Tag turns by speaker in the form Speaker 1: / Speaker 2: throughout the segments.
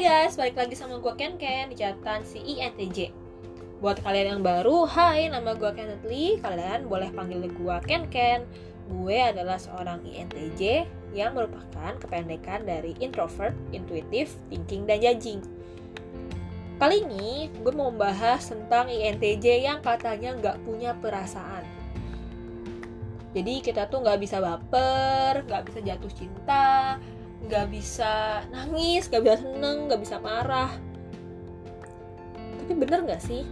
Speaker 1: Hai guys, balik lagi sama gue Ken di catatan si INTJ. Buat kalian yang baru, hai, nama gue Kenneth Lee. Kalian boleh panggil gue Ken. Gue adalah seorang INTJ yang merupakan kependekan dari introvert, intuitive, thinking, dan judging. Kali ini gue mau membahas tentang INTJ yang katanya gak punya perasaan. Jadi kita tuh gak bisa baper, gak bisa jatuh cinta, gak bisa nangis, gak bisa seneng, gak bisa marah. Tapi bener gak sih?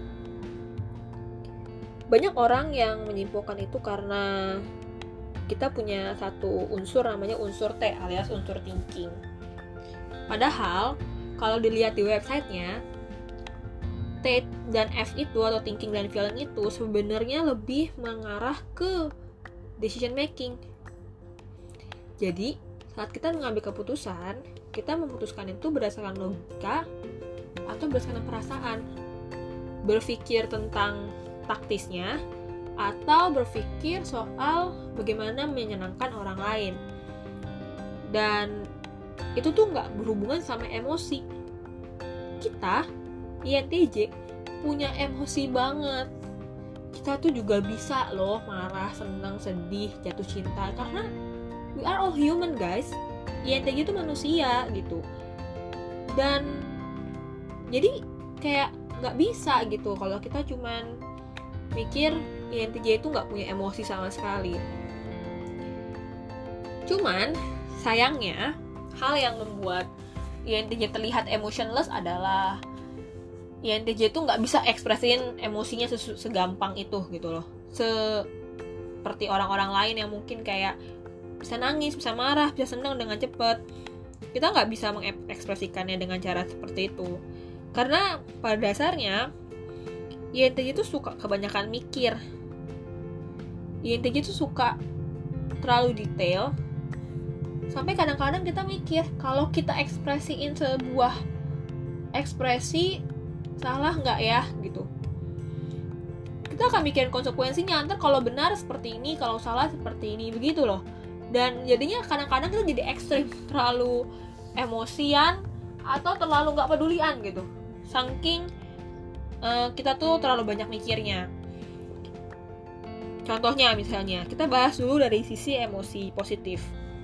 Speaker 1: Banyak orang yang menyimpulkan itu karena kita punya satu unsur namanya unsur T alias unsur thinking. Padahal kalau dilihat di websitenya, T dan F itu atau thinking dan feeling itu sebenarnya lebih mengarah ke decision making. Jadi saat kita mengambil keputusan, kita memutuskan itu berdasarkan logika atau berdasarkan perasaan. Berpikir tentang taktisnya atau berpikir soal bagaimana menyenangkan orang lain. Dan itu tuh gak berhubungan sama emosi. Kita, INTJ, punya emosi banget. Kita tuh juga bisa loh marah, senang, sedih, jatuh cinta. Karena we are all human guys. INTJ itu manusia gitu. Dan jadi kayak gak bisa gitu kalau kita cuman mikir INTJ itu gak punya emosi sama sekali. Cuman sayangnya hal yang membuat INTJ terlihat emotionless adalah INTJ itu gak bisa ekspresiin emosinya segampang itu gitu loh. Seperti orang-orang lain yang mungkin kayak bisa nangis, bisa marah, bisa senang dengan cepat. Kita nggak bisa mengekspresikannya dengan cara seperti itu. Karena pada dasarnya INTJ itu suka kebanyakan mikir. INTJ itu suka terlalu detail. Sampai kadang-kadang kita mikir kalau kita ekspresiin sebuah ekspresi salah nggak ya gitu. Kita akan mikirin konsekuensinya. Ntar kalau benar seperti ini, kalau salah seperti ini, begitu loh. Dan jadinya kadang-kadang kita jadi ekstrim, terlalu emosian atau terlalu gak pedulian gitu. Saking kita tuh terlalu banyak mikirnya. Contohnya misalnya, kita bahas dulu dari sisi emosi positif.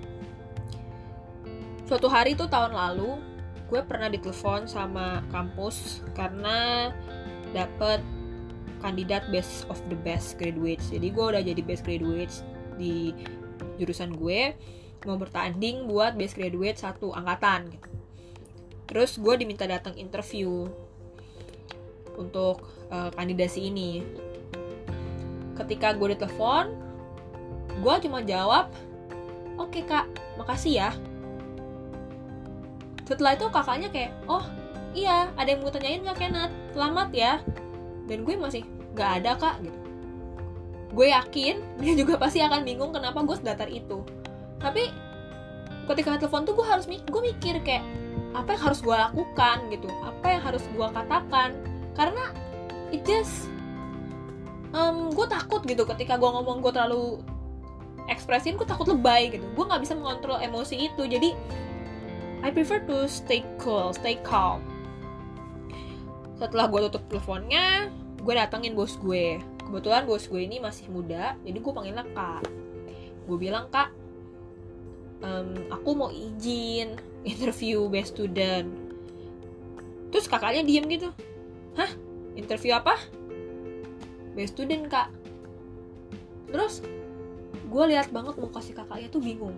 Speaker 1: Suatu hari tuh tahun lalu, gue pernah ditelepon sama kampus karena dapet kandidat best of the best graduates. Jadi gue udah jadi best graduates di jurusan gue, mau bertanding buat best graduate satu angkatan gitu. Terus gue diminta datang interview untuk kandidasi ini. Ketika gue ditelepon, gue cuma jawab, "Oke kak, makasih ya." Setelah itu kakaknya kayak, "Oh iya, ada yang mau tanyain gak Kenneth? Selamat ya." Dan gue masih, "Gak ada kak," gitu. Gue yakin dia juga pasti akan bingung kenapa gue sedatar itu. Tapi ketika telepon tuh gue mikir kayak apa yang harus gue lakukan gitu, apa yang harus gue katakan, karena it just gue takut gitu ketika gue ngomong gue terlalu ekspresin, gue takut lebay gitu. Gue nggak bisa mengontrol emosi itu, jadi I prefer to stay cool, stay calm. Setelah gue tutup teleponnya, gue datengin bos gue. Kebetulan bos gue ini masih muda, jadi gue panggilnya kak. Gue bilang, "Kak, aku mau izin interview best student." Terus kakaknya diem gitu. "Hah? Interview apa?" "Best student kak." Terus gue lihat banget muka si kakaknya tuh bingung.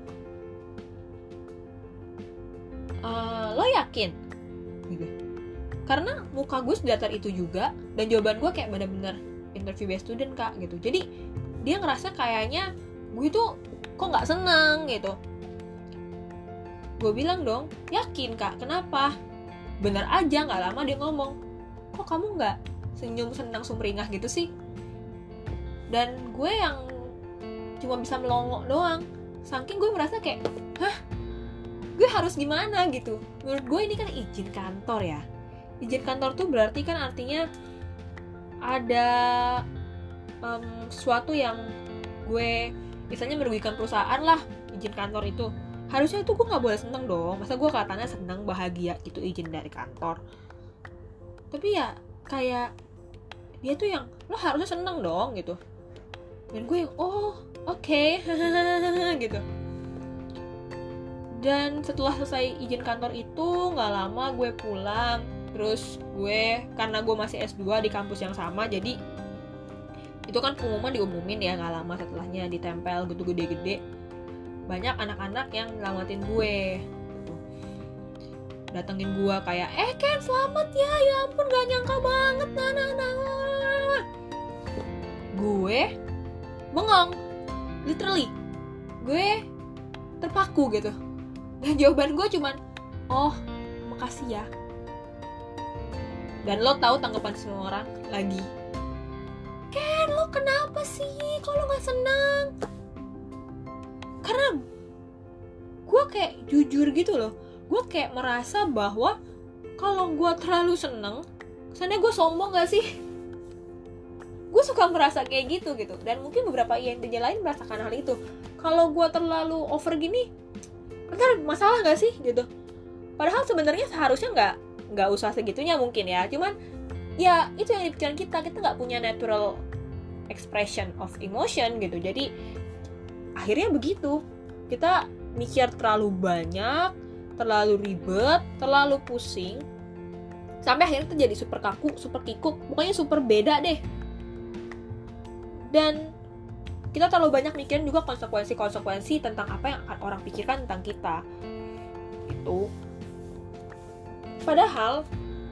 Speaker 1: "Lo yakin?" Gitu. Karena muka gue sedatar itu juga, dan jawaban gue kayak bener-bener interview best student kak gitu. Jadi dia ngerasa kayaknya gue tuh kok nggak seneng gitu. Gue bilang dong, "Yakin kak, kenapa?" Bener aja nggak lama dia ngomong, "Kok kamu nggak senyum senang sumringah gitu sih?" Dan gue yang cuma bisa melongo doang. Saking gue merasa kayak, hah, gue harus gimana gitu. Menurut gue ini kan izin kantor ya. Izin kantor tuh berarti kan artinya ada sesuatu yang gue misalnya merugikan perusahaan lah, izin kantor itu. harusnya itu gue nggak boleh seneng dong, masa gue katanya seneng bahagia gitu izin dari kantor. Tapi ya kayak dia tuh yang lo harusnya seneng dong gitu, dan gue yang oh oke. Gitu. Dan setelah selesai izin kantor itu nggak lama gue pulang. Terus gue, karena gue masih S2 di kampus yang sama, jadi itu kan pengumuman diumumin ya, nggak lama setelahnya ditempel gitu gede-gede. Banyak anak-anak yang nyelamatin gue gitu. Datengin gue kayak Ken selamat ya ampun gak nyangka banget nah. Gue bengong, literally gue terpaku gitu, dan jawaban gue cuman oh makasih ya. Dan lo tahu tanggapan semua orang lagi, Ken lo kenapa sih kalau nggak senang? Karena gue kayak jujur gitu loh, gue kayak merasa bahwa kalau gue terlalu seneng, kesannya gue sombong gak sih? Gue suka merasa kayak gitu. Dan mungkin beberapa INTJ lain merasakan hal itu. Kalau gue terlalu over gini, ntar masalah gak sih gitu? Padahal sebenarnya seharusnya nggak usah segitunya mungkin ya. Cuman ya itu yang di pikiran kita nggak punya natural expression of emotion gitu. Jadi akhirnya begitu, kita mikir terlalu banyak, terlalu ribet, terlalu pusing, sampai akhirnya terjadi super kaku, super kikuk, pokoknya super beda deh. Dan kita terlalu banyak mikirin juga konsekuensi tentang apa yang orang pikirkan tentang kita itu. Padahal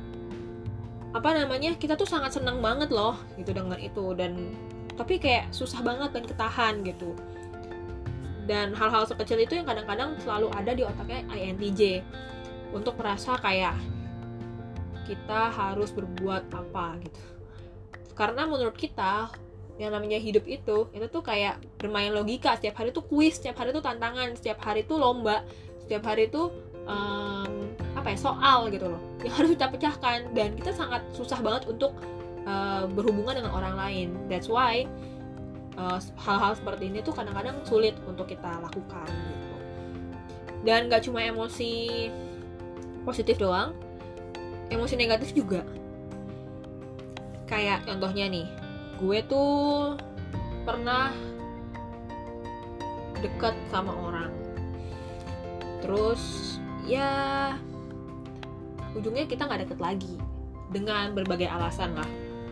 Speaker 1: kita tuh sangat senang banget loh gitu dengan itu, dan tapi kayak susah banget dan ketahan gitu. Dan hal-hal sekecil itu yang kadang-kadang selalu ada di otaknya INTJ untuk merasa kayak kita harus berbuat apa gitu. Karena menurut kita yang namanya hidup itu tuh kayak bermain logika. Setiap hari tuh kuis, setiap hari tuh tantangan, setiap hari tuh lomba, setiap hari tuh soal gitu loh yang harus kita pecahkan, dan kita sangat susah banget untuk berhubungan dengan orang lain. That's why hal-hal seperti ini tuh kadang-kadang sulit untuk kita lakukan gitu. Dan gak cuma emosi positif doang, emosi negatif juga. Kayak contohnya nih, gue tuh pernah deket sama orang, terus ya ujungnya kita gak deket lagi dengan berbagai alasan lah.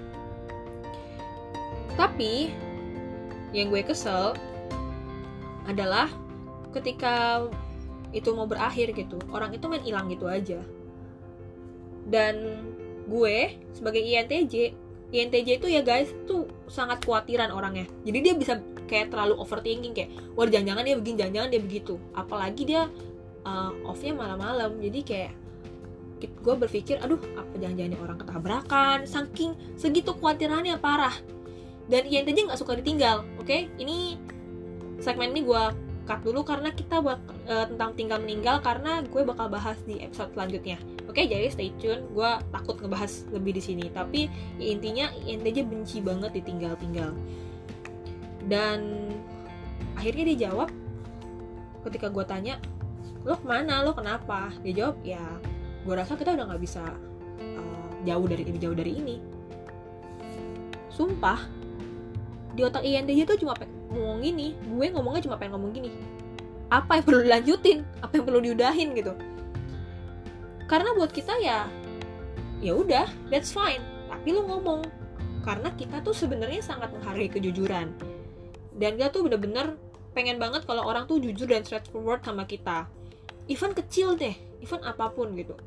Speaker 1: Tapi yang gue kesel adalah ketika itu mau berakhir gitu, orang itu main hilang gitu aja. Dan gue sebagai INTJ itu ya guys tuh sangat khawatiran orangnya. Jadi dia bisa kayak terlalu overthinking, kayak wah jangan-jangan dia begini, jangan-jangan dia begitu. Apalagi dia off-nya malam-malam. Jadi kayak gue berpikir aduh apa jangan-jangan orang ketabrakan, saking segitu khawatirannya parah. Dan INTJ gak suka ditinggal. Oke? Ini segmen ini gue cut dulu karena kita tentang tinggal meninggal, karena gue bakal bahas di episode selanjutnya. Oke, jadi stay tune. Gue takut ngebahas lebih di sini. Tapi ya intinya INTJ benci banget ditinggal-tinggal. Dan akhirnya dia jawab ketika gue tanya, lo kemana? Lo kenapa? Dia jawab, ya gue rasa kita udah gak bisa jauh dari ini. Sumpah, di otak INTJ tuh cuma ngomong gini, gue ngomongnya cuma pengen ngomong gini, apa yang perlu dilanjutin, apa yang perlu diudahin gitu. Karena buat kita ya udah, that's fine. Tapi lu ngomong, karena kita tuh sebenarnya sangat menghargai kejujuran, dan kita tuh bener-bener pengen banget kalau orang tuh jujur dan straightforward sama kita, even kecil deh, even apapun gitu.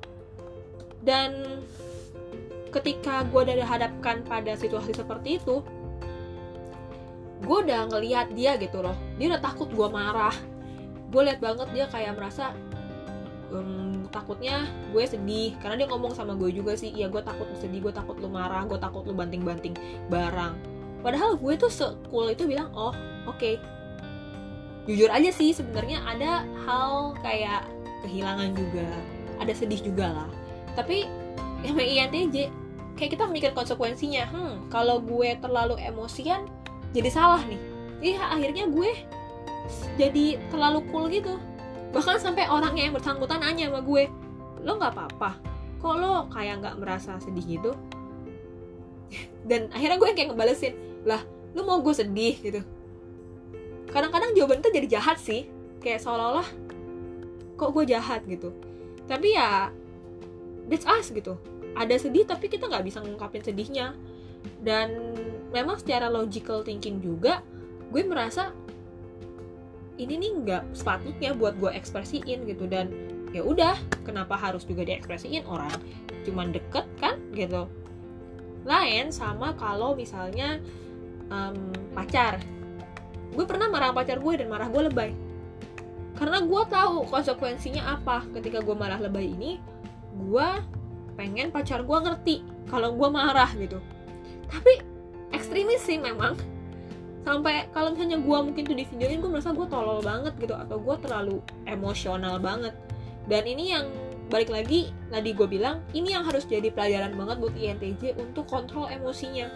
Speaker 1: Dan ketika gue udah dihadapkan pada situasi seperti itu, gue udah ngelihat dia gitu loh, dia udah takut gue marah. Gue lihat banget dia kayak merasa takutnya gue sedih, karena dia ngomong sama gue juga sih, iya gue takut lu sedih, gue takut lu marah, gue takut lu banting-banting barang. Padahal gue tuh se-cool itu bilang, oh oke. Jujur aja sih sebenarnya ada hal kayak kehilangan juga, ada sedih juga lah. Tapi yang INTJ kayak kita mikir konsekuensinya, kalau gue terlalu emosian jadi salah nih. Jadi akhirnya gue jadi terlalu cool gitu. Bahkan sampai orangnya yang bersangkutan nanya sama gue, lo nggak apa-apa? Kok lo kayak nggak merasa sedih gitu? Dan akhirnya gue kayak ngebalesin, lah lo mau gue sedih gitu. Kadang-kadang jawaban itu jadi jahat sih, kayak seolah-olah kok gue jahat gitu. Tapi ya that's us gitu. Ada sedih tapi kita nggak bisa ngungkapin sedihnya. Dan memang secara logical thinking juga, gue merasa ini nih nggak sepatutnya buat gue ekspresiin gitu. Dan ya udah, kenapa harus juga diekspresiin, orang cuman deket kan gitu. Lain sama kalau misalnya pacar, gue pernah marah pacar gue dan marah gue lebay, karena gue tahu konsekuensinya apa. Ketika gue marah lebay ini, gue pengen pacar gue ngerti kalau gue marah gitu. Tapi ekstremis sih memang, sampai kalau misalnya gue mungkin tuh di videoin gue merasa gue tolol banget gitu, atau gue terlalu emosional banget. Dan ini yang balik lagi tadi gue bilang, ini yang harus jadi pelajaran banget buat INTJ untuk kontrol emosinya.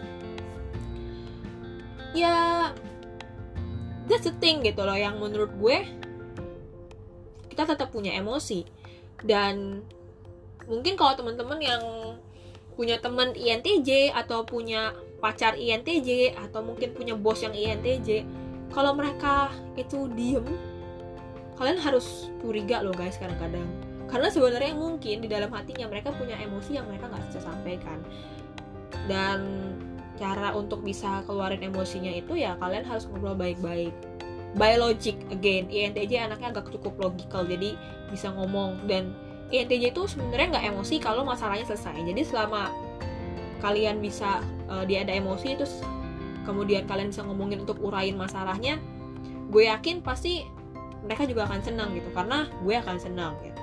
Speaker 1: Ya that's the thing gitu loh, yang menurut gue kita tetap punya emosi. Dan mungkin kalau teman-teman yang punya teman INTJ atau punya pacar INTJ atau mungkin punya bos yang INTJ, kalau mereka itu diem, kalian harus curiga loh guys kadang-kadang. Karena sebenarnya mungkin di dalam hatinya mereka punya emosi yang mereka nggak bisa sampaikan. Dan cara untuk bisa keluarin emosinya itu ya kalian harus ngobrol baik-baik. By logic again, INTJ anaknya agak cukup logical, jadi bisa ngomong. Dan INTJ itu sebenarnya nggak emosi kalau masalahnya selesai. Jadi selama kalian bisa dia ada emosi terus kemudian kalian bisa ngomongin untuk urain masalahnya, gue yakin pasti mereka juga akan senang gitu, karena gue akan senang gitu.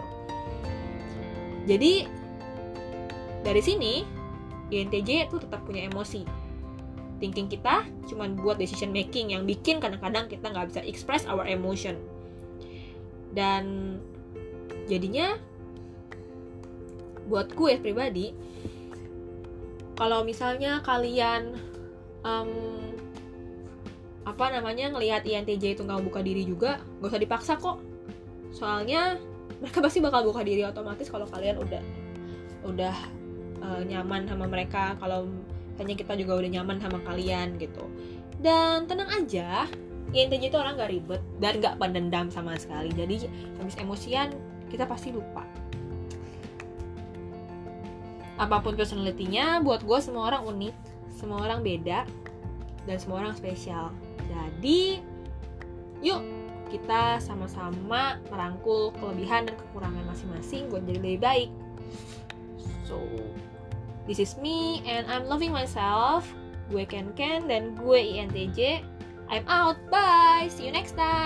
Speaker 1: Jadi dari sini INTJ itu tetap punya emosi. Thinking kita cuma buat decision making yang bikin kadang-kadang kita nggak bisa express our emotion. Dan jadinya buat gue pribadi, kalau misalnya kalian ngelihat INTJ itu nggak buka diri juga, nggak usah dipaksa kok. Soalnya mereka pasti bakal buka diri otomatis kalau kalian udah nyaman sama mereka. Kalau hanya kita juga udah nyaman sama kalian gitu. Dan tenang aja, INTJ itu orang nggak ribet dan nggak pendendam sama sekali. Jadi habis emosian kita pasti lupa. Apapun personality-nya, buat gue semua orang unik, semua orang beda, dan semua orang spesial. Jadi, yuk kita sama-sama merangkul kelebihan dan kekurangan masing-masing buat jadi lebih baik. So, this is me and I'm loving myself. Gue Ken dan gue INTJ. I'm out, bye, see you next time.